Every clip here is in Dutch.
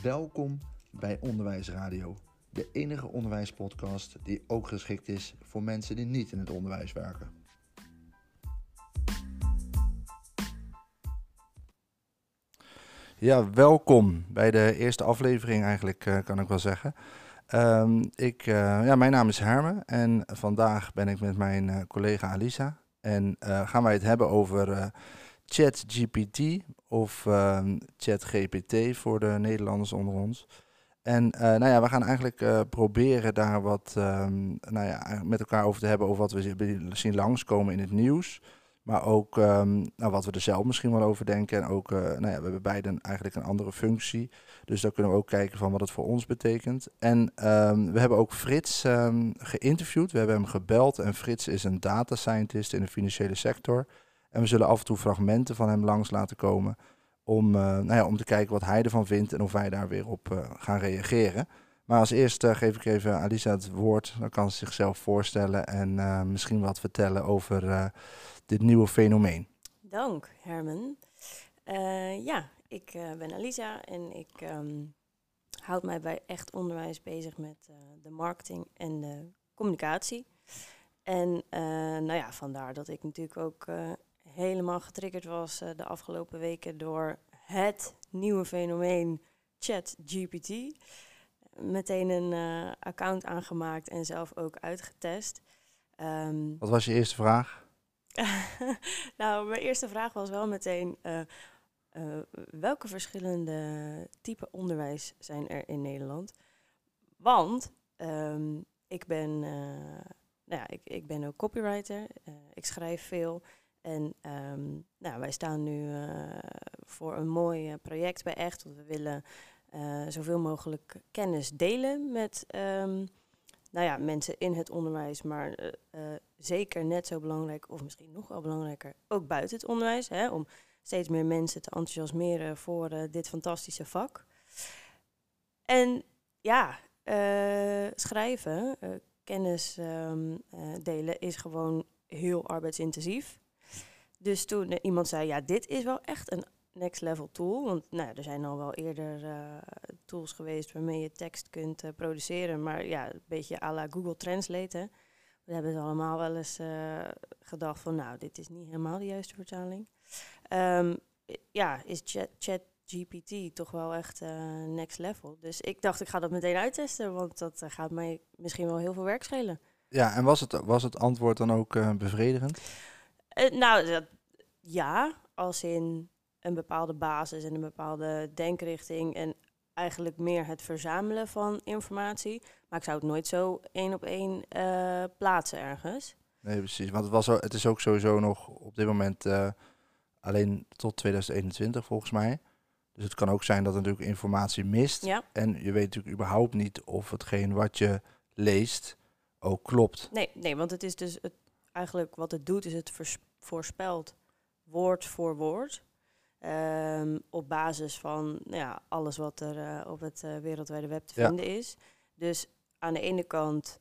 Welkom bij Onderwijs Radio, de enige onderwijspodcast die ook geschikt is voor mensen die niet in het onderwijs werken. Ja, welkom bij de eerste aflevering eigenlijk, kan ik wel zeggen. Mijn naam is Herme en vandaag ben ik met mijn collega Alisa. En gaan wij het hebben over ChatGPT of ChatGPT voor de Nederlanders onder ons. En we gaan eigenlijk proberen daar wat met elkaar over te hebben over wat we zien langskomen in het nieuws. Maar ook wat we er zelf misschien wel over denken. En ook, we hebben beiden eigenlijk een andere functie. Dus daar kunnen we ook kijken van wat het voor ons betekent. En we hebben ook Frits geïnterviewd. We hebben hem gebeld. En Frits is een data scientist in de financiële sector. En we zullen af en toe fragmenten van hem langs laten komen. Om te kijken wat hij ervan vindt en of wij daar weer op gaan reageren. Maar als eerste geef ik even Alisa het woord. Dan kan ze zichzelf voorstellen en misschien wat vertellen over dit nieuwe fenomeen. Dank, Herman. Ik ben Alisa en ik houd mij bij echt onderwijs bezig met de marketing en de communicatie. En vandaar dat ik natuurlijk ook helemaal getriggerd was de afgelopen weken door het nieuwe fenomeen ChatGPT. Meteen een account aangemaakt en zelf ook uitgetest. Wat was je eerste vraag? Nou, mijn eerste vraag was wel meteen, welke verschillende type onderwijs zijn er in Nederland? Want ik ben ook copywriter, ik schrijf veel en wij staan nu voor een mooi project bij Echt. Want we willen zoveel mogelijk kennis delen met mensen in het onderwijs, maar zeker net zo belangrijk, of misschien nog wel belangrijker, ook buiten het onderwijs. Om steeds meer mensen te enthousiasmeren voor dit fantastische vak. En schrijven, kennis delen is gewoon heel arbeidsintensief. Dus toen iemand zei, dit is wel echt een next level tool. Want er zijn al wel eerder tools geweest waarmee je tekst kunt produceren. Maar een beetje à la Google Translate. Hè. We hebben het allemaal wel eens gedacht van, dit is niet helemaal de juiste vertaling. Is ChatGPT toch wel echt next level. Dus ik dacht, ik ga dat meteen uittesten. Want dat gaat mij misschien wel heel veel werk schelen. Ja, en was het antwoord dan ook bevredigend? Als in een bepaalde basis en een bepaalde denkrichting en eigenlijk meer het verzamelen van informatie. Maar ik zou het nooit zo 1 op 1 plaatsen ergens. Nee, precies. Want het is ook sowieso nog op dit moment alleen tot 2021 volgens mij. Dus het kan ook zijn dat er natuurlijk informatie mist. Ja. En je weet natuurlijk überhaupt niet of hetgeen wat je leest ook klopt. Nee, want het is dus eigenlijk wat het doet is het voorspelt woord voor woord. Op basis van alles wat er op het wereldwijde web te vinden is. Dus aan de ene kant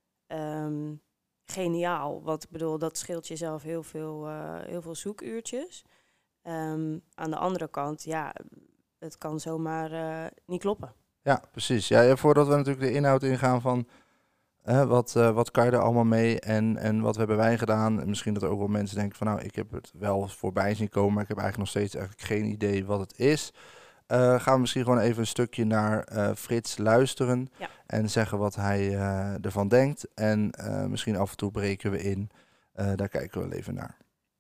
geniaal. Want ik bedoel, dat scheelt jezelf heel veel zoekuurtjes. Aan de andere kant, het kan zomaar niet kloppen. Ja, precies. Ja, voordat we natuurlijk de inhoud ingaan van wat kan je er allemaal mee en wat hebben wij gedaan. Misschien dat er ook wel mensen denken van ik heb het wel voorbij zien komen, maar ik heb eigenlijk nog steeds geen idee wat het is. Gaan we misschien gewoon even een stukje naar Frits luisteren en zeggen wat hij ervan denkt. En misschien af en toe breken we in. Daar kijken we wel even naar.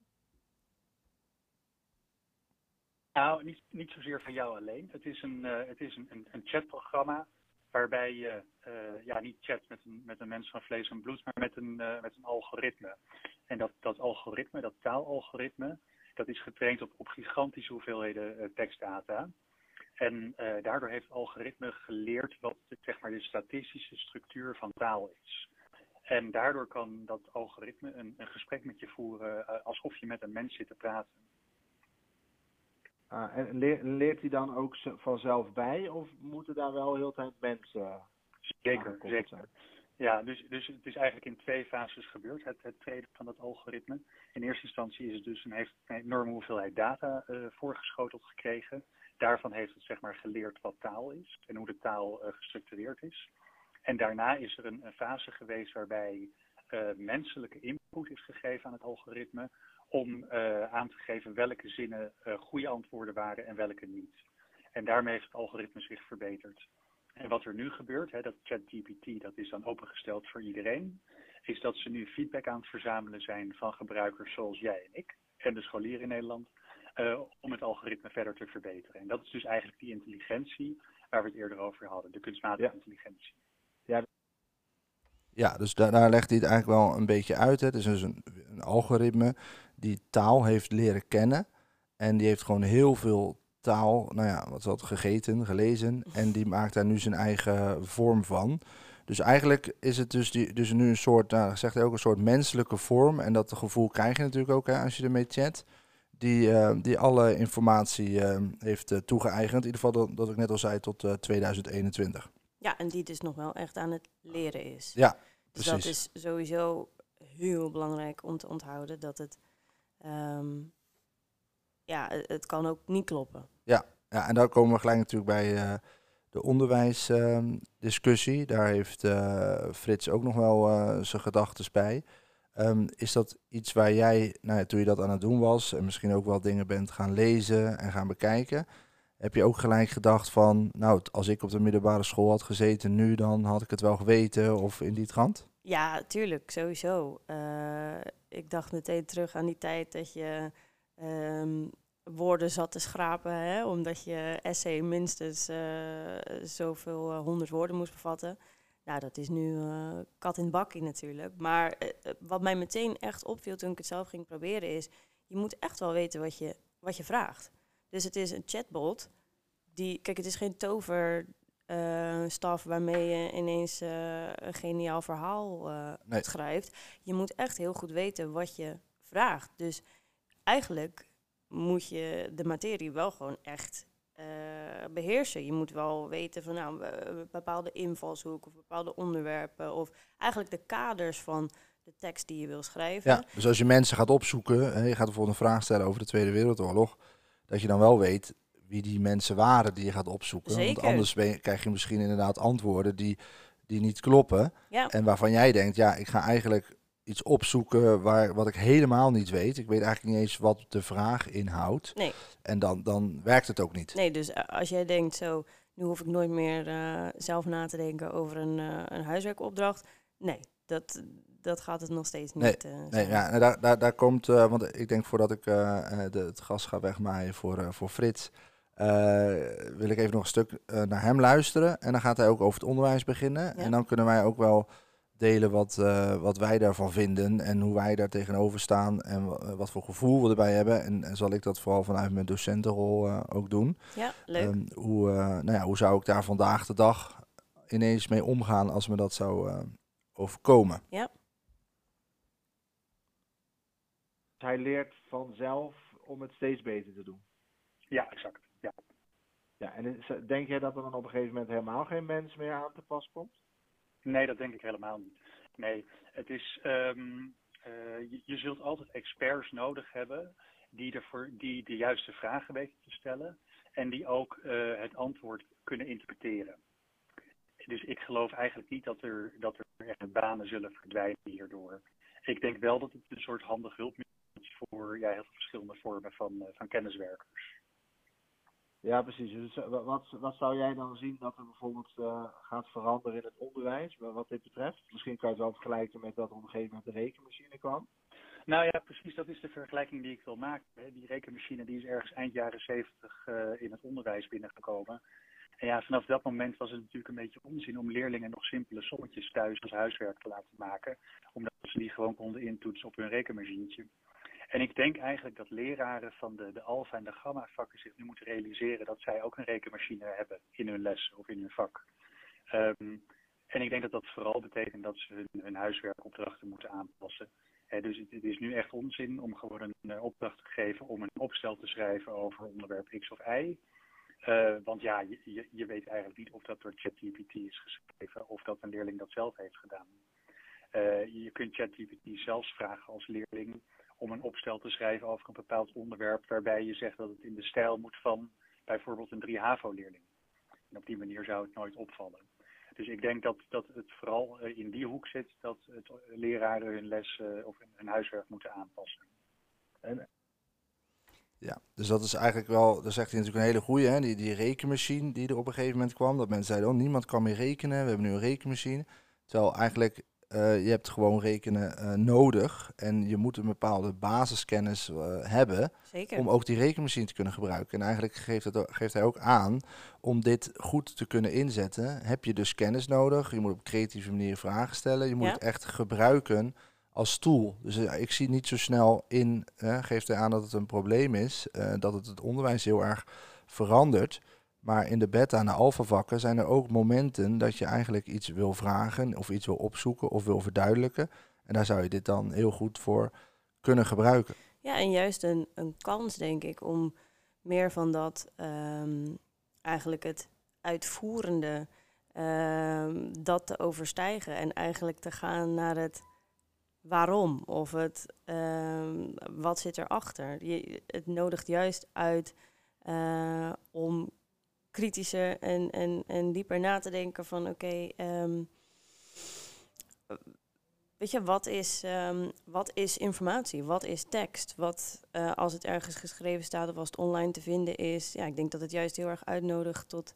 Nou, niet zozeer van jou alleen. Het is een chatprogramma waarbij je niet chat met een mens van vlees en bloed, maar met een algoritme. En dat algoritme, dat taalalgoritme, dat is getraind op gigantische hoeveelheden tekstdata. En daardoor heeft het algoritme geleerd wat de statistische structuur van taal is. En daardoor kan dat algoritme een gesprek met je voeren alsof je met een mens zit te praten. En leert hij dan ook vanzelf bij of moeten daar wel heel de tijd mensen Zeker. Ja, dus het is eigenlijk in 2 fases gebeurd, het treden van dat algoritme. In eerste instantie is het dus heeft een enorme hoeveelheid data voorgeschoteld gekregen. Daarvan heeft het zeg maar geleerd wat taal is en hoe de taal gestructureerd is. En daarna is er een fase geweest waarbij menselijke input is gegeven aan het algoritme om aan te geven welke zinnen goede antwoorden waren en welke niet. En daarmee heeft het algoritme zich verbeterd. En wat er nu gebeurt, dat ChatGPT, dat is dan opengesteld voor iedereen, is dat ze nu feedback aan het verzamelen zijn van gebruikers zoals jij en ik en de scholieren in Nederland, om het algoritme verder te verbeteren. En dat is dus eigenlijk die intelligentie waar we het eerder over hadden, de kunstmatige intelligentie. Ja, dus daar legt hij het eigenlijk wel een beetje uit. Hè. Het is dus een algoritme die taal heeft leren kennen. En die heeft gewoon heel veel taal, nou ja, wat is dat, gegeten, gelezen. En die maakt daar nu zijn eigen vorm van. Dus eigenlijk is het dus nu een soort, nou, zegt hij ook, een soort menselijke vorm. En dat gevoel krijg je natuurlijk ook als je ermee chat. Die alle informatie heeft toegeëigend. In ieder geval dat ik net al zei tot 2021. Ja, en die dus nog wel echt aan het leren is. Ja, dus precies. dat is sowieso heel belangrijk om te onthouden. Dat het, het kan ook niet kloppen. Ja, en daar komen we gelijk natuurlijk bij de onderwijsdiscussie. Daar heeft Frits ook nog wel zijn gedachtes bij. Is dat iets waar jij, nou ja, toen je dat aan het doen was, en misschien ook wel dingen bent gaan lezen en gaan bekijken, heb je ook gelijk gedacht van, nou, als ik op de middelbare school had gezeten nu, dan had ik het wel geweten of in die trant? Ja, tuurlijk, sowieso. Ik dacht meteen terug aan die tijd dat je woorden zat te schrapen, hè, omdat je essay minstens zoveel 100 woorden moest bevatten. Nou, dat is nu kat in het bakkie natuurlijk. Maar wat mij meteen echt opviel toen ik het zelf ging proberen is, je moet echt wel weten wat je vraagt. Dus het is een chatbot. Kijk, het is geen toverstaf waarmee je ineens een geniaal verhaal schrijft. Je moet echt heel goed weten wat je vraagt. Dus eigenlijk moet je de materie wel gewoon echt beheersen. Je moet wel weten van een bepaalde invalshoek of bepaalde onderwerpen of eigenlijk de kaders van de tekst die je wil schrijven. Ja, dus als je mensen gaat opzoeken, je gaat bijvoorbeeld een vraag stellen over de Tweede Wereldoorlog, dat je dan wel weet wie die mensen waren die je gaat opzoeken. Zeker. Want anders krijg je misschien inderdaad antwoorden die niet kloppen. Ja. En waarvan jij denkt, ja, ik ga eigenlijk iets opzoeken wat ik helemaal niet weet. Ik weet eigenlijk niet eens wat de vraag inhoudt. Nee. En dan werkt het ook niet. Nee, dus als jij denkt zo, nu hoef ik nooit meer zelf na te denken over een huiswerkopdracht. Nee, dat gaat het nog steeds niet zijn. Nee, ja, en daar komt, want ik denk voordat ik het gas ga wegmaaien voor Frits, wil ik even nog een stuk naar hem luisteren. En dan gaat hij ook over het onderwijs beginnen. Ja. En dan kunnen wij ook wel delen wat wij daarvan vinden en hoe wij daar tegenover staan en wat voor gevoel we erbij hebben. En zal ik dat vooral vanuit mijn docentenrol ook doen. Ja, leuk. Hoe zou ik daar vandaag de dag ineens mee omgaan als me dat zou overkomen? Ja. Hij leert vanzelf om het steeds beter te doen. Ja, exact. Ja. Ja, en denk jij dat er dan op een gegeven moment helemaal geen mens meer aan te pas komt? Nee, dat denk ik helemaal niet. Nee, het is, je zult altijd experts nodig hebben die de juiste vragen weten te stellen en die ook het antwoord kunnen interpreteren. Dus ik geloof eigenlijk niet dat er echt banen zullen verdwijnen hierdoor. Ik denk wel dat het een soort handig hulpmiddel is voor heel veel verschillende vormen van kenniswerkers. Ja, precies. Dus wat zou jij dan zien dat er bijvoorbeeld gaat veranderen in het onderwijs, wat dit betreft? Misschien kan je het wel vergelijken met dat op een gegeven moment de rekenmachine kwam. Nou ja, precies. Dat is de vergelijking die ik wil maken. Die rekenmachine die is ergens eind jaren 70 in het onderwijs binnengekomen. En ja, vanaf dat moment was het natuurlijk een beetje onzin om leerlingen nog simpele sommetjes thuis als huiswerk te laten maken. Omdat ze die gewoon konden intoetsen op hun rekenmachientje. En ik denk eigenlijk dat leraren van de alfa en de gamma vakken zich nu moeten realiseren dat zij ook een rekenmachine hebben in hun les of in hun vak. En ik denk dat dat vooral betekent dat ze hun huiswerkopdrachten moeten aanpassen. Dus het is nu echt onzin om gewoon een opdracht te geven om een opstel te schrijven over onderwerp X of Y. Want ja, je weet eigenlijk niet of dat door ChatGPT is geschreven of dat een leerling dat zelf heeft gedaan. Je kunt ChatGPT zelfs vragen als leerling om een opstel te schrijven over een bepaald onderwerp waarbij je zegt dat het in de stijl moet van bijvoorbeeld een 3 HAVO-leerling. En op die manier zou het nooit opvallen. Dus ik denk dat het vooral in die hoek zit dat het leraren hun les of hun huiswerk moeten aanpassen. Ja, dus dat is eigenlijk wel, dat zegt hij natuurlijk een hele goeie, hè? Die rekenmachine die er op een gegeven moment kwam. Dat mensen zeiden, niemand kan meer rekenen, we hebben nu een rekenmachine. Terwijl eigenlijk, je hebt gewoon rekenen nodig en je moet een bepaalde basiskennis hebben. Zeker. Om ook die rekenmachine te kunnen gebruiken. En eigenlijk geeft hij ook aan, om dit goed te kunnen inzetten, heb je dus kennis nodig. Je moet op een creatieve manier vragen stellen. Je moet het echt gebruiken als tool. Dus ik zie niet zo snel in, geeft hij aan dat het een probleem is, dat het onderwijs heel erg verandert. Maar in de beta en de alpha vakken zijn er ook momenten dat je eigenlijk iets wil vragen of iets wil opzoeken of wil verduidelijken. En daar zou je dit dan heel goed voor kunnen gebruiken. Ja, en juist een kans, denk ik, om meer van dat eigenlijk het uitvoerende dat te overstijgen en eigenlijk te gaan naar het waarom of het wat zit erachter. Het nodigt juist uit om kritischer en dieper na te denken van oké, weet je, wat is informatie? Wat is tekst? Wat als het ergens geschreven staat of als het online te vinden is? Ja, ik denk dat het juist heel erg uitnodigt tot...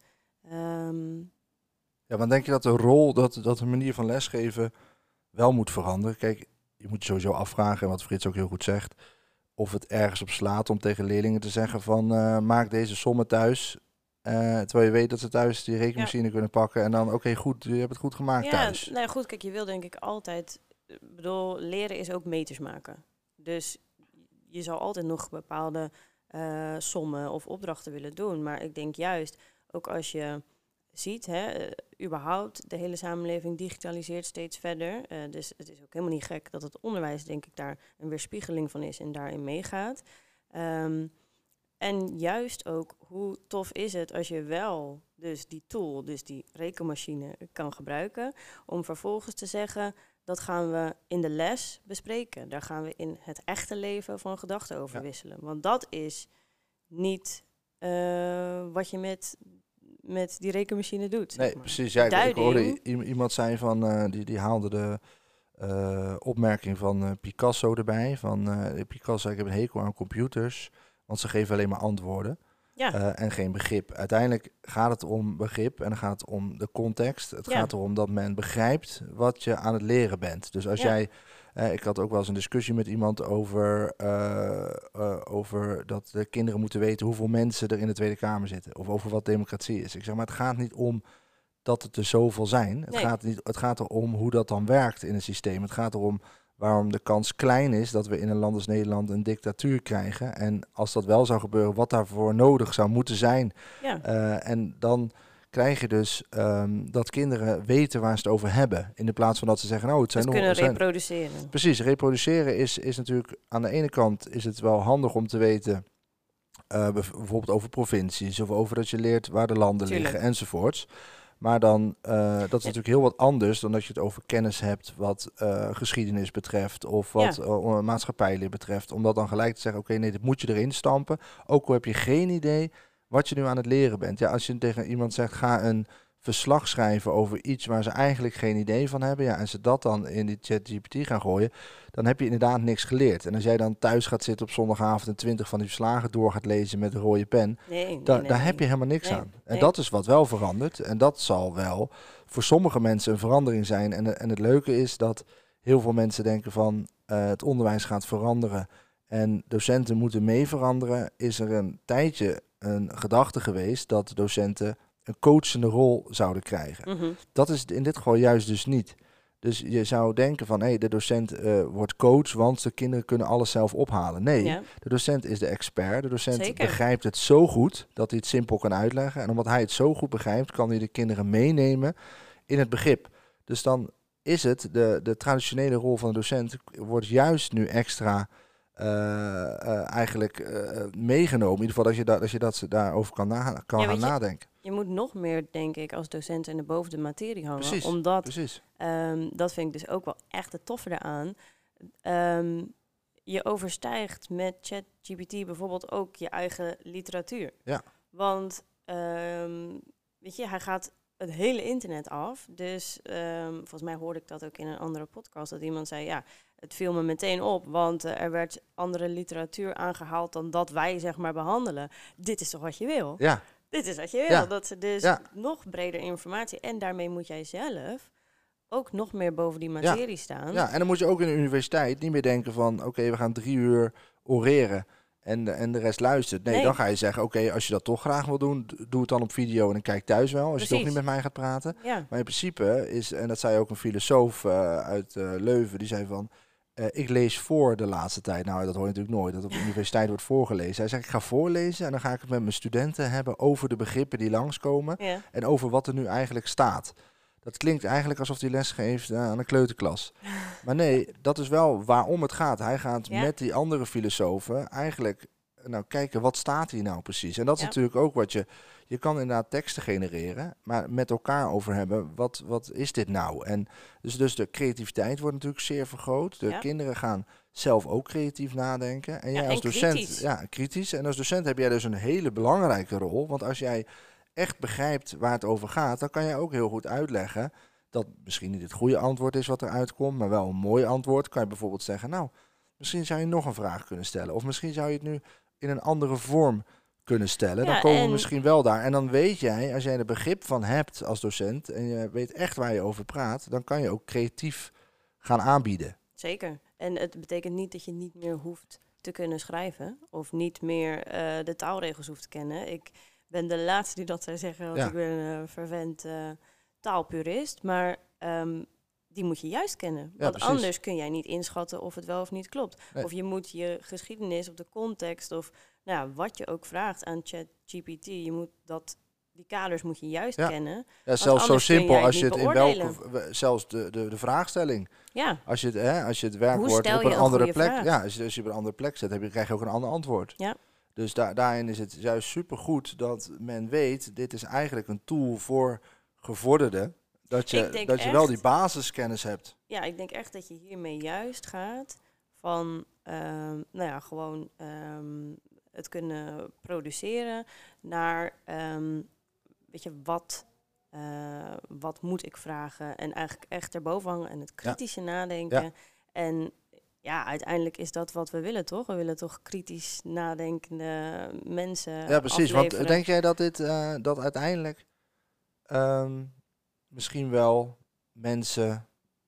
Ja, maar denk je dat de rol, dat de manier van lesgeven wel moet veranderen? Kijk, je moet je sowieso afvragen, en wat Frits ook heel goed zegt, of het ergens op slaat om tegen leerlingen te zeggen van maak deze sommen thuis. Terwijl je weet dat ze thuis die rekenmachine kunnen pakken en dan oké, goed, je hebt het goed gemaakt thuis. Nou goed, kijk, je wil denk ik altijd, leren is ook meters maken. Dus je zal altijd nog bepaalde sommen of opdrachten willen doen. Maar ik denk juist, ook als je ziet, überhaupt de hele samenleving digitaliseert steeds verder. Dus het is ook helemaal niet gek dat het onderwijs, denk ik, daar een weerspiegeling van is en daarin meegaat. En juist ook, hoe tof is het als je wel dus die tool, dus die rekenmachine kan gebruiken, om vervolgens te zeggen, dat gaan we in de les bespreken. Daar gaan we in het echte leven van gedachten over wisselen. Want dat is niet wat je met die rekenmachine doet. Nee, zeg maar. precies. Ja, ik hoorde iemand zijn van, die haalde de opmerking van Picasso erbij. Van Picasso, ik heb een hekel aan computers, want ze geven alleen maar antwoorden. Ja. En geen begrip. Uiteindelijk gaat het om begrip en dan gaat het om de context. Het gaat erom dat men begrijpt wat je aan het leren bent. Dus als jij... ik had ook wel eens een discussie met iemand over dat de kinderen moeten weten hoeveel mensen er in de Tweede Kamer zitten. Of over wat democratie is. Ik zeg maar, het gaat niet om dat het er zoveel zijn. Het gaat erom hoe dat dan werkt in het systeem. Het gaat erom waarom de kans klein is dat we in een land als Nederland een dictatuur krijgen. En als dat wel zou gebeuren, wat daarvoor nodig zou moeten zijn. Ja. En dan krijg je dus dat kinderen weten waar ze het over hebben. In de plaats van dat ze zeggen, het zijn kunnen reproduceren. Precies, reproduceren is natuurlijk, aan de ene kant is het wel handig om te weten, bijvoorbeeld over provincies of over dat je leert waar de landen liggen enzovoorts. Maar dan, dat is natuurlijk heel wat anders dan dat je het over kennis hebt wat geschiedenis betreft of wat maatschappijleer betreft. Om dat dan gelijk te zeggen, oké, nee, dit moet je erin stampen. Ook al heb je geen idee wat je nu aan het leren bent. Ja, als je tegen iemand zegt, ga een verslag schrijven over iets waar ze eigenlijk geen idee van hebben. En ze dat dan in die ChatGPT gaan gooien, dan heb je inderdaad niks geleerd. En als jij dan thuis gaat zitten op zondagavond en 20 van die verslagen door gaat lezen met een rode pen, daar heb je helemaal niks aan. En dat is wat wel verandert. En dat zal wel voor sommige mensen een verandering zijn. En het leuke is dat heel veel mensen denken van het onderwijs gaat veranderen en docenten moeten mee veranderen. Is er een tijdje een gedachte geweest dat docenten een coachende rol zouden krijgen. Mm-hmm. Dat is in dit geval juist dus niet. Dus je zou denken van, de docent wordt coach, want de kinderen kunnen alles zelf ophalen. Nee, de docent is de expert. De docent begrijpt het zo goed dat hij het simpel kan uitleggen. En omdat hij het zo goed begrijpt, kan hij de kinderen meenemen in het begrip. Dus dan is het, de traditionele rol van de docent wordt juist nu extra eigenlijk meegenomen. In ieder geval dat je dat daarover kan gaan nadenken. Je moet nog meer, denk ik, als docent en boven de materie hangen. Precies, omdat, precies. dat vind ik dus ook wel echt het toffe eraan. Je overstijgt met ChatGPT bijvoorbeeld ook je eigen literatuur. Ja. Want, weet je, hij gaat het hele internet af. Dus volgens mij hoorde ik dat ook in een andere podcast. Dat iemand zei, ja, het viel me meteen op. Want er werd andere literatuur aangehaald dan dat wij, zeg maar, behandelen. Dit is toch wat je wil? Ja. Dit is wat je wil. Ja. Dat ze dus nog breder informatie. En daarmee moet jij zelf ook nog meer boven die materie staan. Ja, en dan moet je ook in de universiteit niet meer denken van... oké, we gaan 3 uur oreren en de rest luistert. Nee, dan ga je zeggen, oké, als je dat toch graag wil doen... doe het dan op video en dan kijk thuis wel. Als je toch niet met mij gaat praten. Ja. Maar in principe is, en dat zei ook een filosoof uit Leuven... die zei van, ik lees voor de laatste tijd. Nou, dat hoor je natuurlijk nooit, dat op de universiteit wordt voorgelezen. Hij zegt, ik ga voorlezen en dan ga ik het met mijn studenten hebben... over de begrippen die langskomen en over wat er nu eigenlijk staat. Dat klinkt eigenlijk alsof hij les geeft aan een kleuterklas. Maar nee, dat is wel waarom het gaat. Hij gaat met die andere filosofen eigenlijk kijken, wat staat hier nou precies? En dat is natuurlijk ook wat je kan inderdaad teksten genereren, maar met elkaar over hebben, wat is dit nou? En dus de creativiteit wordt natuurlijk zeer vergroot. De kinderen gaan zelf ook creatief nadenken. En jij als docent, kritisch. En als docent heb jij dus een hele belangrijke rol. Want als jij echt begrijpt waar het over gaat, dan kan je ook heel goed uitleggen dat misschien niet het goede antwoord is wat eruit komt, maar wel een mooi antwoord. Kan je bijvoorbeeld zeggen, nou, misschien zou je nog een vraag kunnen stellen. Of misschien zou je het nu in een andere vorm kunnen stellen. Dan komen we misschien wel daar. En dan weet jij, als jij er begrip van hebt als docent en je weet echt waar je over praat, dan kan je ook creatief gaan aanbieden. Zeker. En het betekent niet dat je niet meer hoeft te kunnen schrijven of niet meer de taalregels hoeft te kennen. Ik ben de laatste die dat zou zeggen, want ik ben een fervent taalpurist. Maar die moet je juist kennen. Want anders kun jij niet inschatten of het wel of niet klopt. Nee. Of je moet je geschiedenis of de context of wat je ook vraagt aan ChatGPT. Je moet die kaders moet je juist kennen. Ja, zelfs zo simpel als je het in welke, zelfs de vraagstelling. Ja. Als je het werkwoord op een andere plek, als je op een andere plek zet, krijg je ook een ander antwoord. Ja. Dus daarin is het juist supergoed dat men weet, dit is eigenlijk een tool voor gevorderden. Dat je wel die basiskennis hebt. Ja, ik denk echt dat je hiermee juist gaat van gewoon het kunnen produceren naar weet je, wat moet ik vragen en eigenlijk echt erboven hangen en het kritische nadenken. Ja. En ja, uiteindelijk is dat wat we willen, toch? We willen toch kritisch nadenkende mensen precies. afleveren. Want denk jij dat dat uiteindelijk misschien wel mensen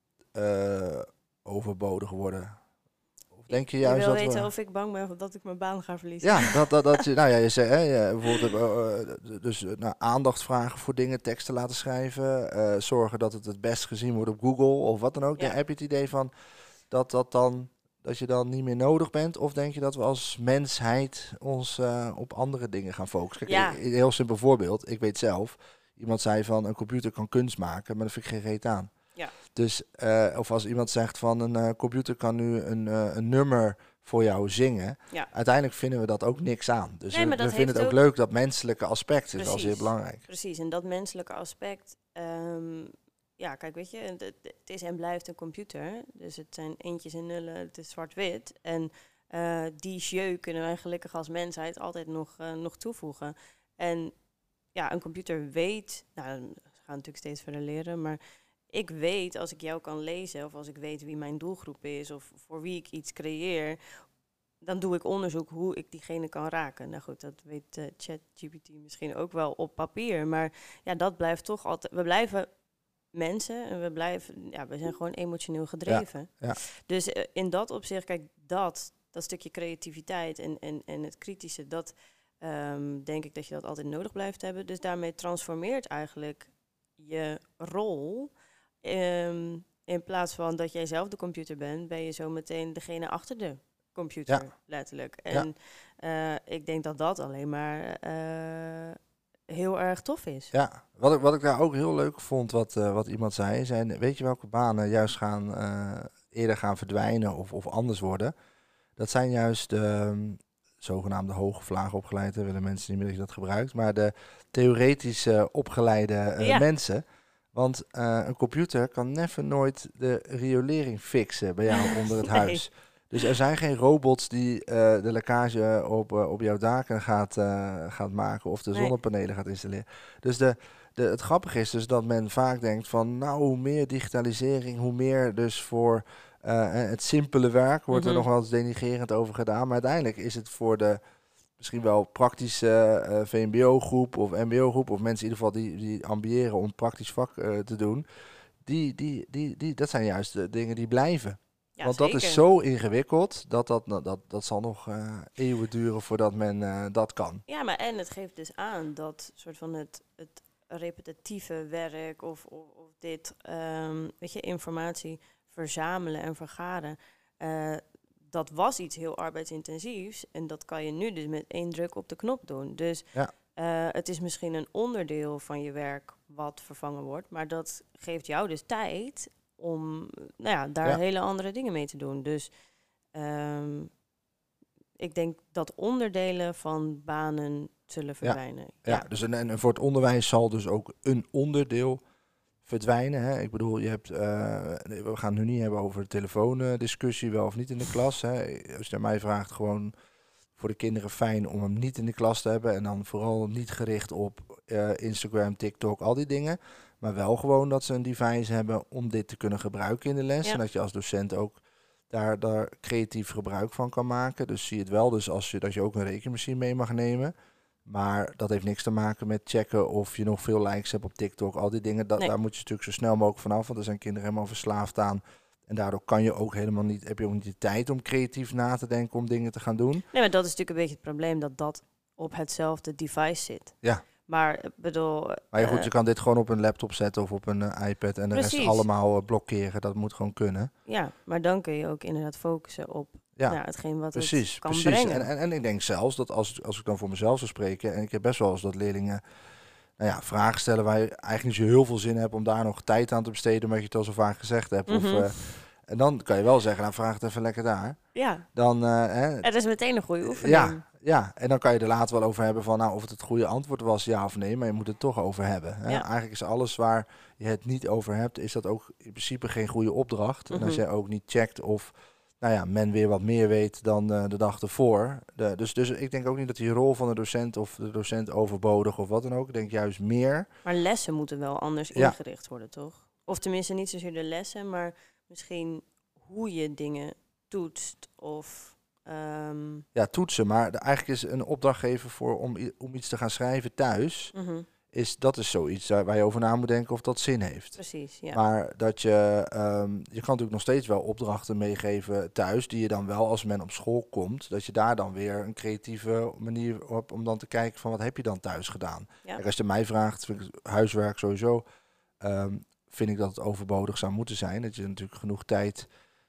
overbodig worden? Of denk je juist wil weten of ik bang ben dat ik mijn baan ga verliezen? Ja, dat je zei, bijvoorbeeld aandacht vragen voor dingen, teksten laten schrijven, zorgen dat het best gezien wordt op Google of wat dan ook. Ja. Heb je het idee van dat je dan niet meer nodig bent? Of denk je dat we als mensheid ons op andere dingen gaan focussen? Kijk, een heel simpel voorbeeld. Ik weet zelf, iemand zei van een computer kan kunst maken, maar dat vind ik geen reet aan. Ja. Dus, of als iemand zegt van een computer kan nu een nummer voor jou zingen. Ja. Uiteindelijk vinden we dat ook niks aan. Dus we vinden het ook leuk, dat menselijke aspect is wel zeer belangrijk. Precies, en dat menselijke aspect... kijk, weet je, het is en blijft een computer. Dus het zijn eentjes en nullen, het is zwart-wit. En die jeu kunnen wij gelukkig als mensheid altijd nog toevoegen. En ja, een computer weet... Nou, we gaan natuurlijk steeds verder leren, maar... Ik weet, als ik jou kan lezen of als ik weet wie mijn doelgroep is of voor wie ik iets creëer, dan doe ik onderzoek hoe ik diegene kan raken. Nou goed, dat weet ChatGPT misschien ook wel op papier, maar ja, dat blijft toch altijd. We blijven mensen en we zijn gewoon emotioneel gedreven. Ja, ja. Dus in dat opzicht, kijk, dat stukje creativiteit en het kritische, dat denk ik dat je dat altijd nodig blijft hebben. Dus daarmee transformeert eigenlijk je rol. In plaats van dat jij zelf de computer bent, ben je zo meteen degene achter de computer, letterlijk. En ik denk dat dat alleen maar heel erg tof is. Ja, wat ik daar ook heel leuk vond, wat iemand zei, weet je welke banen juist eerder gaan verdwijnen of anders worden? Dat zijn juist de zogenaamde hoge of laag opgeleide, willen mensen niet meer dat je dat gebruikt, maar de theoretisch opgeleide mensen. Want een computer kan never nooit de riolering fixen bij jou onder het huis. Dus er zijn geen robots die de lekkage op jouw daken gaat maken of de zonnepanelen gaat installeren. Dus het grappige is dus dat men vaak denkt van, nou, hoe meer digitalisering, hoe meer dus voor het simpele werk wordt er nog wel eens denigrerend over gedaan. Maar uiteindelijk is het voor de misschien wel praktische VMBO-groep of MBO-groep, of mensen in ieder geval die ambiëren om praktisch vak te doen, dat zijn juist de dingen die blijven. Ja, want zeker. dat is zo ingewikkeld, dat zal nog eeuwen duren voordat men dat kan. Ja, maar en het geeft dus aan dat soort van het repetitieve werk of dit, weet je, informatie verzamelen en vergaren, dat was iets heel arbeidsintensiefs en dat kan je nu dus met 1 druk op de knop doen. Dus het is misschien een onderdeel van je werk wat vervangen wordt, maar dat geeft jou dus tijd om daar hele andere dingen mee te doen. Dus ik denk dat onderdelen van banen zullen verdwijnen. Ja, dus en voor het onderwijs zal dus ook een onderdeel verdwijnen. Hè? Ik bedoel, je hebt, we gaan het nu niet hebben over de telefoondiscussie, wel of niet in de klas. Hè? Als je mij vraagt, gewoon voor de kinderen fijn om hem niet in de klas te hebben. En dan vooral niet gericht op Instagram, TikTok, al die dingen. Maar wel gewoon dat ze een device hebben om dit te kunnen gebruiken in de les. Ja. En dat je als docent ook daar creatief gebruik van kan maken. Dus zie je het wel dus dat je ook een rekenmachine mee mag nemen. Maar dat heeft niks te maken met checken of je nog veel likes hebt op TikTok. Al die dingen, daar moet je natuurlijk zo snel mogelijk vanaf. Want er zijn kinderen helemaal verslaafd aan. En daardoor kan je ook helemaal niet, heb je ook niet de tijd om creatief na te denken om dingen te gaan doen. Nee, maar dat is natuurlijk een beetje het probleem, dat op hetzelfde device zit. Ja. Maar bedoel... Maar ja, goed, je kan dit gewoon op een laptop zetten of op een iPad en de Precies. rest allemaal blokkeren. Dat moet gewoon kunnen. Ja, maar dan kun je ook inderdaad focussen op hetgeen wat het kan brengen. En ik denk zelfs dat als ik dan voor mezelf zou spreken, en ik heb best wel eens dat leerlingen vragen stellen waar je eigenlijk niet zo heel veel zin hebt om daar nog tijd aan te besteden, omdat je het al zo vaak gezegd hebt. En dan kan je wel zeggen, nou vraag het even lekker daar. Ja, dan, het is meteen een goede oefening. Ja, en dan kan je er later wel over hebben van of het goede antwoord was, ja of nee, maar je moet het toch over hebben. Hè? Ja. Eigenlijk is alles waar je het niet over hebt, is dat ook in principe geen goede opdracht. En als je ook niet checkt of men weer wat meer weet dan de dag ervoor. Dus ik denk ook niet dat die rol van de docent of de docent overbodig of wat dan ook. Ik denk juist meer. Maar lessen moeten wel anders ingericht worden, toch? Of tenminste niet zozeer de lessen, maar misschien hoe je dingen toetst of... Ja, toetsen. Maar eigenlijk is een opdrachtgever om iets te gaan schrijven thuis... Dat is zoiets waar je over na moet denken of dat zin heeft. Precies, ja. Maar dat je kan natuurlijk nog steeds wel opdrachten meegeven thuis, die je dan wel als men op school komt, dat je daar dan weer een creatieve manier hebt om dan te kijken van wat heb je dan thuis gedaan. Ja. Kijk, als je mij vraagt, vind ik huiswerk sowieso, vind ik dat het overbodig zou moeten zijn. Dat je natuurlijk genoeg tijd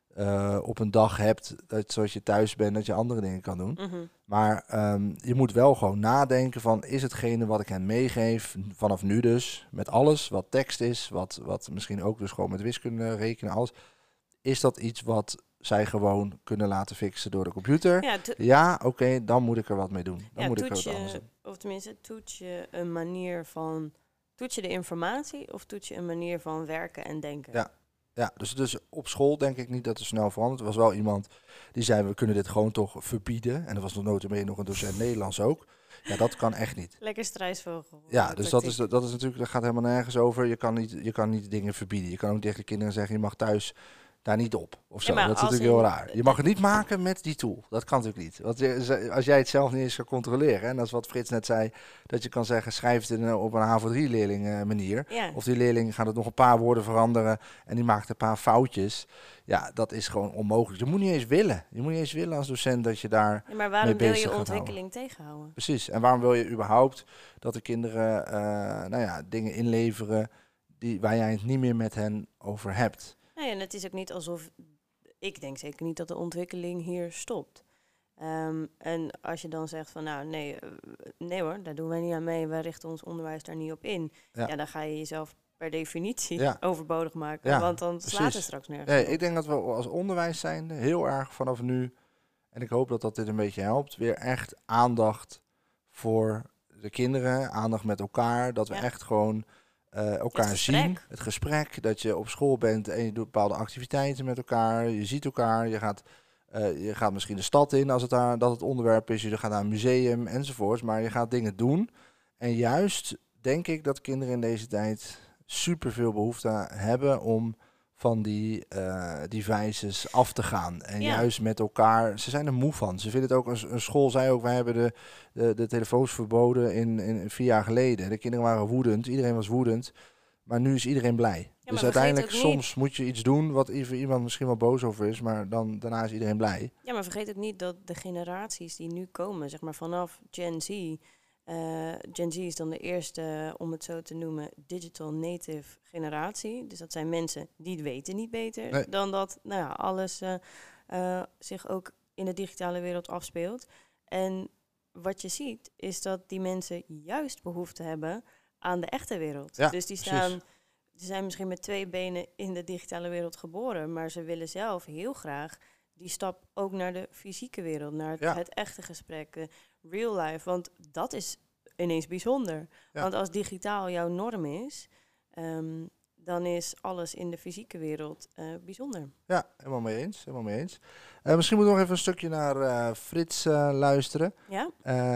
op een dag hebt, zoals je thuis bent, dat je andere dingen kan doen. Maar je moet wel gewoon nadenken van, is hetgene wat ik hen meegeef, vanaf nu dus, met alles wat tekst is, wat misschien ook dus gewoon met wiskunde rekenen, alles, is dat iets wat zij gewoon kunnen laten fixen door de computer? Ja, oké, dan moet ik er wat mee doen. Dan moet ik er wat anders doen. Of tenminste, toets je een manier van, toets je de informatie of toets je een manier van werken en denken? Ja, dus op school denk ik niet dat er snel verandert. Er was wel iemand die zei, we kunnen dit gewoon toch verbieden. En er was nota bene nog een docent Nederlands ook. Ja, dat kan echt niet. Lekker strijdsvogel. Ja, dus dat is natuurlijk, dat gaat helemaal nergens over. Je kan niet dingen verbieden. Je kan ook tegen de kinderen zeggen, je mag thuis daar niet op. Of zo. Dat is natuurlijk heel raar. Je mag het niet maken met die tool. Dat kan natuurlijk niet. Want als jij het zelf niet eens kan controleren. En dat is wat Frits net zei. Dat je kan zeggen, schrijf het op een HAVO3-leerling manier. Ja. Of die leerling gaat het nog een paar woorden veranderen. En die maakt een paar foutjes. Ja, dat is gewoon onmogelijk. Je moet niet eens willen. Je moet niet eens willen als docent dat je daar maar waarom mee wil bezig je gaat ontwikkeling tegenhouden? Precies. En waarom wil je überhaupt dat de kinderen dingen inleveren waar jij het niet meer met hen over hebt? Nee, en het is ook niet alsof... Ik denk zeker niet dat de ontwikkeling hier stopt. En als je dan zegt van nee hoor, daar doen wij niet aan mee. Wij richten ons onderwijs daar niet op in. Ja, dan ga je jezelf per definitie overbodig maken. Want dan slaat het straks nergens op. Ik denk dat we als onderwijs zijnde heel erg vanaf nu En ik hoop dat dit een beetje helpt. Weer echt aandacht voor de kinderen, aandacht met elkaar. Dat we echt gewoon elkaar zien. Het gesprek, dat je op school bent en je doet bepaalde activiteiten met elkaar. Je ziet elkaar, je gaat misschien de stad in als dat het onderwerp is. Je gaat naar een museum enzovoorts. Maar je gaat dingen doen. En juist denk ik dat kinderen in deze tijd superveel behoefte hebben om van die devices af te gaan. En juist met elkaar, ze zijn er moe van. Ze vinden het ook, een school zei ook, wij hebben de telefoons verboden in 4 jaar geleden. De kinderen waren woedend, iedereen was woedend. Maar nu is iedereen blij. Ja, dus uiteindelijk, soms moet je iets doen wat iemand misschien wel boos over is, maar daarna is iedereen blij. Ja, maar vergeet ook niet dat de generaties die nu komen, zeg maar vanaf Gen Z... Gen Z is dan de eerste, om het zo te noemen, digital native generatie. Dus dat zijn mensen die weten niet beter dan dat alles zich ook in de digitale wereld afspeelt. En wat je ziet is dat die mensen juist behoefte hebben aan de echte wereld. Ja, dus die zijn misschien met 2 benen in de digitale wereld geboren, maar ze willen zelf heel graag die stap ook naar de fysieke wereld, naar het echte gesprek, real life. Want dat is ineens bijzonder. Ja. Want als digitaal jouw norm is, dan is alles in de fysieke wereld bijzonder. Ja, helemaal mee eens. Misschien moeten we nog even een stukje naar Frits luisteren. Ja.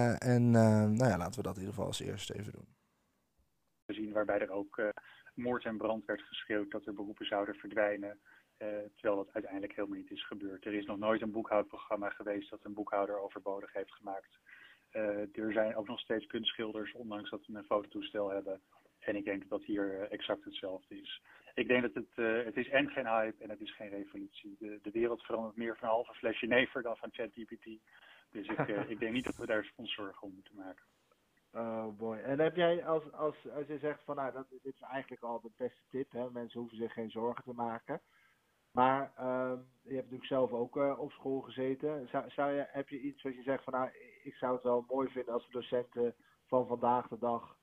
Laten we dat in ieder geval als eerste even doen. Zien waarbij er ook moord en brand werd geschreeuwd dat er beroepen zouden verdwijnen. Terwijl dat uiteindelijk helemaal niet is gebeurd. Er is nog nooit een boekhoudprogramma geweest dat een boekhouder overbodig heeft gemaakt. Er zijn ook nog steeds kunstschilders, ondanks dat we een fototoestel hebben. En ik denk dat hier exact hetzelfde is. Ik denk dat het is en geen hype en het is geen revolutie. De wereld verandert meer van een halve flesje never dan van ChatGPT. Dus ik denk niet dat we daar ons zorgen om moeten maken. Oh boy. En heb jij als je zegt van dit is eigenlijk al de beste tip, hè? Mensen hoeven zich geen zorgen te maken. Maar je hebt natuurlijk zelf ook op school gezeten. Heb je iets wat je zegt van ik zou het wel mooi vinden als de docenten van vandaag de dag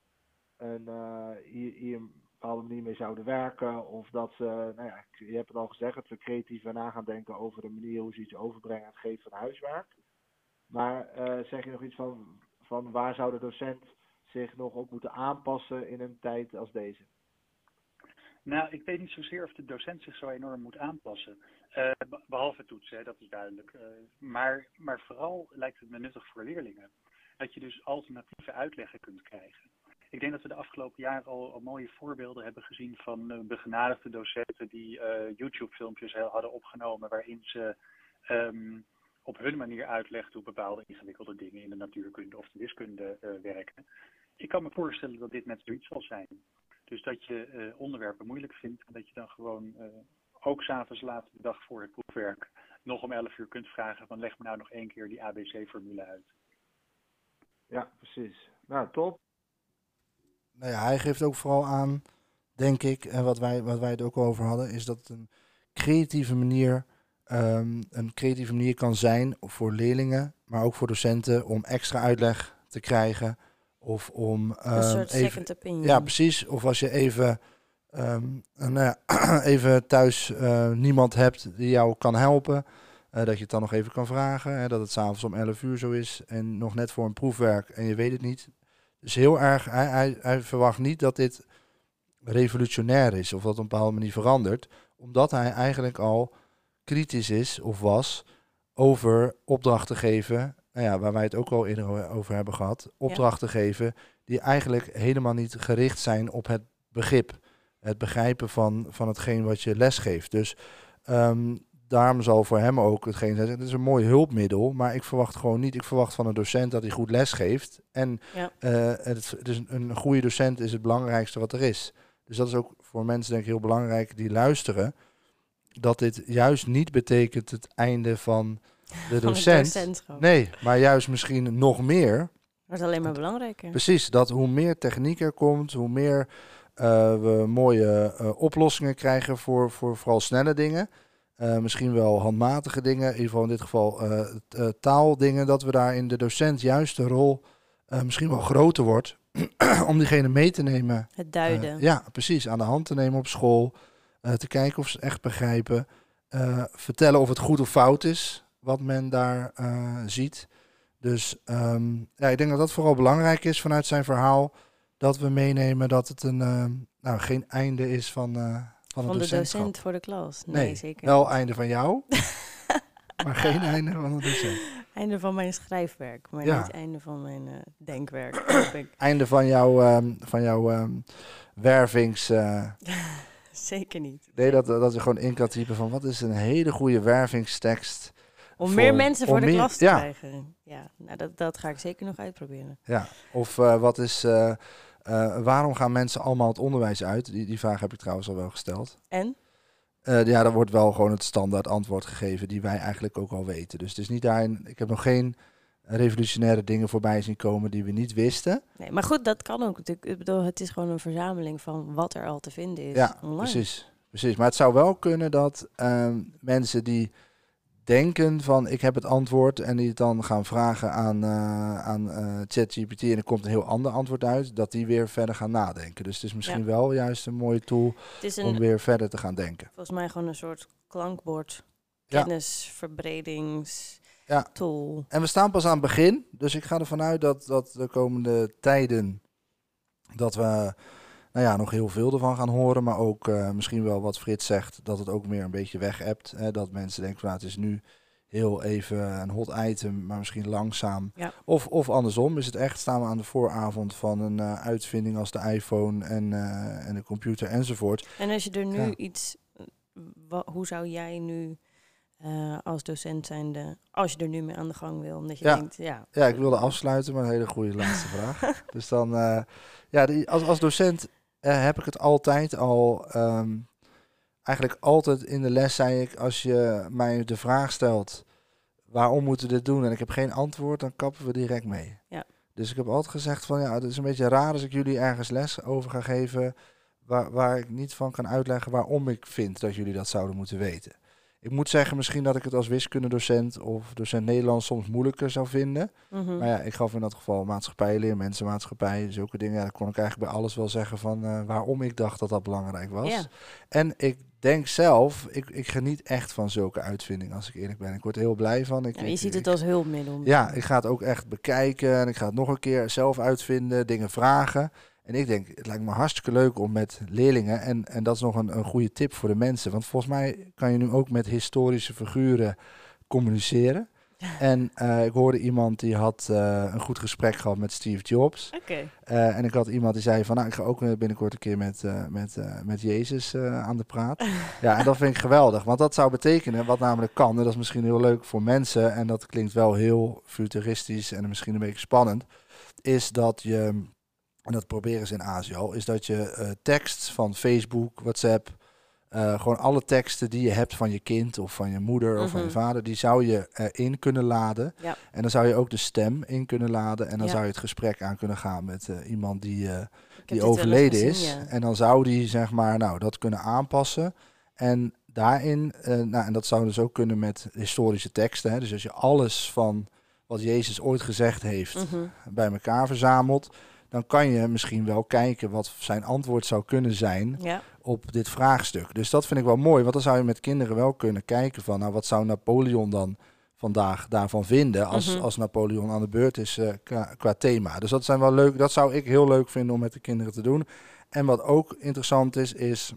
hier een bepaalde manier mee zouden werken. Of dat ze, je hebt het al gezegd, dat we creatief na gaan denken over de manier hoe ze iets overbrengen aan het geven van huiswerk. Maar zeg je nog iets van waar zou de docent zich nog op moeten aanpassen in een tijd als deze? Nou, ik weet niet zozeer of de docent zich zo enorm moet aanpassen. Behalve toetsen, dat is duidelijk. Maar vooral lijkt het me nuttig voor leerlingen. Dat je dus alternatieve uitleggen kunt krijgen. Ik denk dat we de afgelopen jaren al mooie voorbeelden hebben gezien van begenadigde docenten die YouTube-filmpjes hadden opgenomen waarin ze op hun manier uitlegden hoe bepaalde ingewikkelde dingen in de natuurkunde of de wiskunde werken. Ik kan me voorstellen dat dit net zoiets zal zijn. Dus dat je onderwerpen moeilijk vindt en dat je dan gewoon ook 's avonds laat de dag voor het proefwerk nog om 11 uur kunt vragen van leg me nou nog 1 keer die ABC-formule uit. Ja, precies. Nou, top. Nou ja, hij geeft ook vooral aan, denk ik, en wat wij het ook al over hadden, is dat het een creatieve manier kan zijn voor leerlingen, maar ook voor docenten om extra uitleg te krijgen. Of om een soort second opinion. Ja, precies. Of als je even thuis niemand hebt die jou kan helpen, dat je het dan nog even kan vragen. Hè, dat het 's avonds om 11 uur zo is en nog net voor een proefwerk en je weet het niet. Dus heel erg, hij verwacht niet dat dit revolutionair is of dat op een bepaalde manier verandert. Omdat hij eigenlijk al kritisch is of was over opdrachten geven. Nou ja, waar wij het ook al eerder over hebben gehad. Opdrachten geven die eigenlijk helemaal niet gericht zijn op het begrip. Het begrijpen van hetgeen wat je lesgeeft. Dus daarom zal voor hem ook hetgeen zijn. Het is een mooi hulpmiddel, maar ik verwacht gewoon niet. Ik verwacht van een docent dat hij goed lesgeeft. En het is een goede docent is het belangrijkste wat er is. Dus dat is ook voor mensen denk ik heel belangrijk die luisteren. Dat dit juist niet betekent het einde van de docent. Nee, maar juist misschien nog meer. Wordt alleen maar belangrijker. Precies, dat hoe meer techniek er komt, hoe meer we mooie oplossingen krijgen voor vooral snelle dingen. Misschien wel handmatige dingen, in ieder geval in dit geval taaldingen, dat we daar in de docent juist de rol misschien wel groter wordt om diegene mee te nemen. Het duiden. Ja, precies, aan de hand te nemen op school, te kijken of ze het echt begrijpen, vertellen of het goed of fout is. wat men daar ziet. Dus ik denk dat dat vooral belangrijk is vanuit zijn verhaal. Dat we meenemen dat het geen einde is van het de docentschap. docent voor de klas. Nee, zeker wel niet. einde van jou, maar geen einde van de docent. Einde van mijn schrijfwerk, maar Ja. niet einde van mijn denkwerk. Hoop ik. Einde van jouw wervings... Zeker niet. Nee, dat je gewoon in kan typen van wat is een hele goede wervingstekst. Om meer mensen voor de klas te ja. krijgen. Ja, nou dat ga ik zeker nog uitproberen. Ja, of wat is... waarom gaan mensen allemaal het onderwijs uit? Die vraag heb ik trouwens al wel gesteld. En? Daar wordt wel gewoon het standaard antwoord gegeven die wij eigenlijk ook al weten. Dus het is niet daarin... Ik heb nog geen revolutionaire dingen voorbij zien komen die we niet wisten. Nee, maar goed, dat kan ook natuurlijk. Ik bedoel, het is gewoon een verzameling van wat er al te vinden is online. Precies. Maar het zou wel kunnen dat mensen die denken van ik heb het antwoord en die het dan gaan vragen aan ChatGPT en er komt een heel ander antwoord uit, dat die weer verder gaan nadenken. Dus het is misschien wel juist een mooie tool om weer verder te gaan denken. Volgens mij gewoon een soort klankbord, Ja. kennisverbredings tool. En we staan pas aan het begin, dus ik ga ervan uit dat de komende tijden dat we nog heel veel ervan gaan horen, maar ook misschien wel wat Frits zegt, dat het ook meer een beetje weg-appt. Dat mensen denken van het is nu heel even een hot item, maar misschien langzaam. Ja. Of andersom, is het echt, staan we aan de vooravond van een uitvinding als de iPhone en de computer enzovoort. En als je er nu hoe zou jij nu als docent zijnde, als je er nu mee aan de gang wil, omdat je denkt, Ja, ik wilde afsluiten, maar een hele goede laatste vraag. Dus dan, als docent heb ik het altijd al, eigenlijk altijd in de les zei ik, als je mij de vraag stelt, waarom moeten we dit doen en ik heb geen antwoord, dan kappen we direct mee. Ja. Dus ik heb altijd gezegd van, het is een beetje raar als ik jullie ergens les over ga geven, waar ik niet van kan uitleggen waarom ik vind dat jullie dat zouden moeten weten. Ik moet zeggen misschien dat ik het als wiskundedocent of docent Nederlands soms moeilijker zou vinden. Mm-hmm. Maar ik gaf in dat geval maatschappijleer, mensenmaatschappij, zulke dingen. Daar kon ik eigenlijk bij alles wel zeggen van waarom ik dacht dat dat belangrijk was. Ja. En ik denk zelf, ik geniet echt van zulke uitvindingen, als ik eerlijk ben. Ik word er heel blij van. Je ziet het als hulpmiddel. Ja, ik ga het ook echt bekijken en ik ga het nog een keer zelf uitvinden, dingen vragen. En ik denk, het lijkt me hartstikke leuk om met leerlingen, en dat is nog een goede tip voor de mensen. Want volgens mij kan je nu ook met historische figuren communiceren. En ik hoorde iemand die had een goed gesprek gehad met Steve Jobs. Okay. En ik had iemand die zei van, ik ga ook binnenkort een keer met Jezus aan de praat. Ja, en dat vind ik geweldig. Want dat zou betekenen, wat namelijk kan, en dat is misschien heel leuk voor mensen, en dat klinkt wel heel futuristisch en misschien een beetje spannend, is dat je, en dat proberen ze in Azië al, is dat je tekst van Facebook, WhatsApp, gewoon alle teksten die je hebt van je kind of van je moeder of van je vader, die zou je in kunnen laden. Ja. En dan zou je ook de stem in kunnen laden. En dan zou je het gesprek aan kunnen gaan met iemand die overleden is. Ja. En dan zou die zeg maar dat kunnen aanpassen. En daarin, en dat zou dus ook kunnen met historische teksten. Hè. Dus als je alles van wat Jezus ooit gezegd heeft bij elkaar verzamelt, dan kan je misschien wel kijken wat zijn antwoord zou kunnen zijn op dit vraagstuk. Dus dat vind ik wel mooi, want dan zou je met kinderen wel kunnen kijken van, wat zou Napoleon dan vandaag daarvan vinden als Napoleon aan de beurt is qua thema. Dus dat zijn wel leuk, dat zou ik heel leuk vinden om met de kinderen te doen. En wat ook interessant is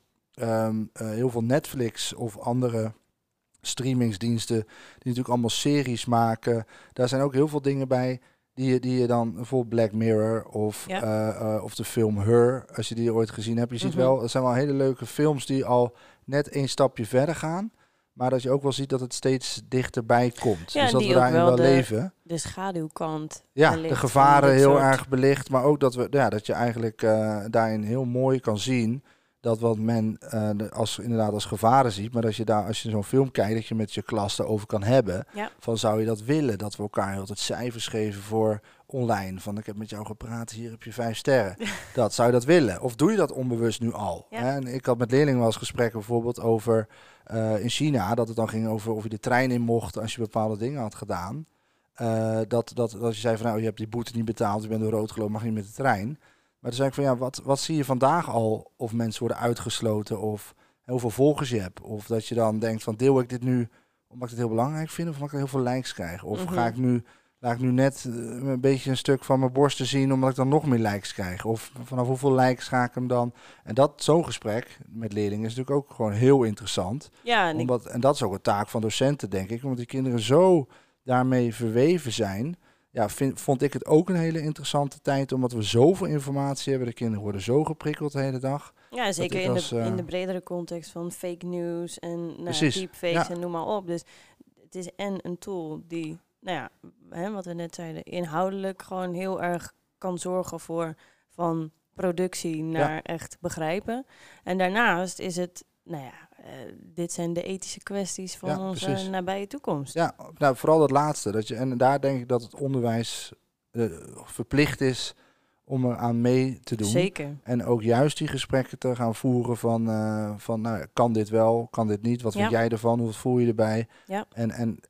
heel veel Netflix of andere streamingsdiensten die natuurlijk allemaal series maken. Daar zijn ook heel veel dingen bij die je dan bijvoorbeeld Black Mirror of de film Her, als je die ooit gezien hebt. Je ziet wel, het zijn wel hele leuke films die al net een stapje verder gaan, maar dat je ook wel ziet dat het steeds dichterbij komt. Ja, dus dat we daarin wel leven. De schaduwkant. Ja, de gevaren heel erg belicht, maar ook dat je eigenlijk daarin heel mooi kan zien dat wat men als gevaren ziet, maar als je zo'n film kijkt, dat je met je klas daarover kan hebben. Ja. Van zou je dat willen, dat we elkaar heel het cijfers geven voor online. Van ik heb met jou gepraat, hier heb je 5 sterren. Zou je dat willen? Of doe je dat onbewust nu al? Ja. En ik had met leerlingen wel eens gesprekken bijvoorbeeld over in China, dat het dan ging over of je de trein in mocht als je bepaalde dingen had gedaan. Dat je zei van je hebt die boete niet betaald, je bent door rood gelopen, mag niet met de trein. Maar toen zei ik van wat zie je vandaag al of mensen worden uitgesloten of hoeveel volgers je hebt. Of dat je dan denkt van deel ik dit nu omdat ik het heel belangrijk vind, of omdat ik er heel veel likes krijg? Of Mhm. laat ik nu net een beetje een stuk van mijn borsten zien, omdat ik dan nog meer likes krijg? Of vanaf hoeveel likes ga ik hem dan? En zo'n gesprek met leerlingen is natuurlijk ook gewoon heel interessant. Ja, en En dat is ook een taak van docenten, denk ik. Omdat die kinderen zo daarmee verweven zijn. Ja, vond ik het ook een hele interessante tijd. Omdat we zoveel informatie hebben. De kinderen worden zo geprikkeld de hele dag. ja, zeker ik als, in de bredere context van fake news en Precies, deepfakes ja. en noem maar op. Dus het is een tool die, wat we net zeiden, inhoudelijk gewoon heel erg kan zorgen voor van productie naar echt begrijpen. En daarnaast is het, dit zijn de ethische kwesties van onze precies. nabije toekomst. Ja, nou, vooral dat laatste. En daar denk ik dat het onderwijs verplicht is om eraan mee te doen. Zeker. En ook juist die gesprekken te gaan voeren van kan dit wel, kan dit niet? Wat vind jij ervan? Hoe voel je erbij? Ja. En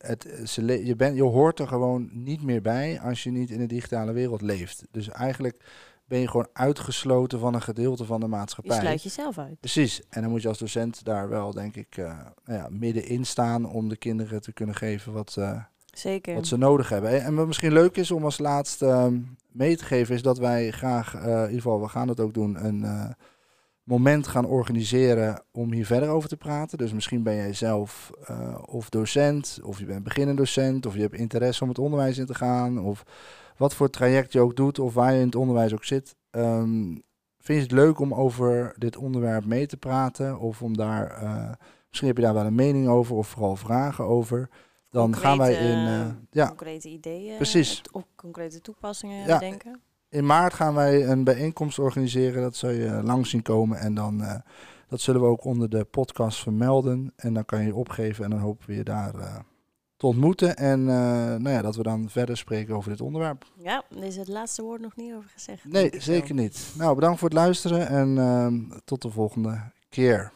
je hoort er gewoon niet meer bij als je niet in de digitale wereld leeft. Dus eigenlijk ben je gewoon uitgesloten van een gedeelte van de maatschappij. Je sluit jezelf uit. Precies. En dan moet je als docent daar wel, denk ik, middenin staan om de kinderen te kunnen geven Zeker. wat ze nodig hebben. En wat misschien leuk is om als laatste mee te geven, is dat wij graag, in ieder geval, we gaan het ook doen, een moment gaan organiseren om hier verder over te praten. Dus misschien ben jij zelf of docent, of je bent beginnend docent, of je hebt interesse om het onderwijs in te gaan, of wat voor traject je ook doet, of waar je in het onderwijs ook zit. Vind je het leuk om over dit onderwerp mee te praten? Of om daar, misschien heb je daar wel een mening over, of vooral vragen over. Dan gaan wij in concrete ideeën, precies. Op concrete toepassingen bedenken. In maart gaan wij een bijeenkomst organiseren. Dat zul je langs zien komen. En dan dat zullen we ook onder de podcast vermelden. En dan kan je opgeven en dan hopen we je daar te ontmoeten. En dat we dan verder spreken over dit onderwerp. Ja, er is het laatste woord nog niet over gezegd. Nee, zeker niet. Nou, bedankt voor het luisteren en tot de volgende keer.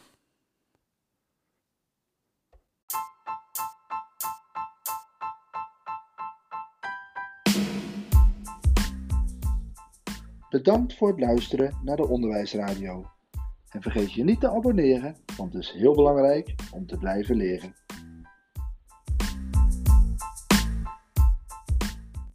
Bedankt voor het luisteren naar de Onderwijsradio. En vergeet je niet te abonneren, want het is heel belangrijk om te blijven leren.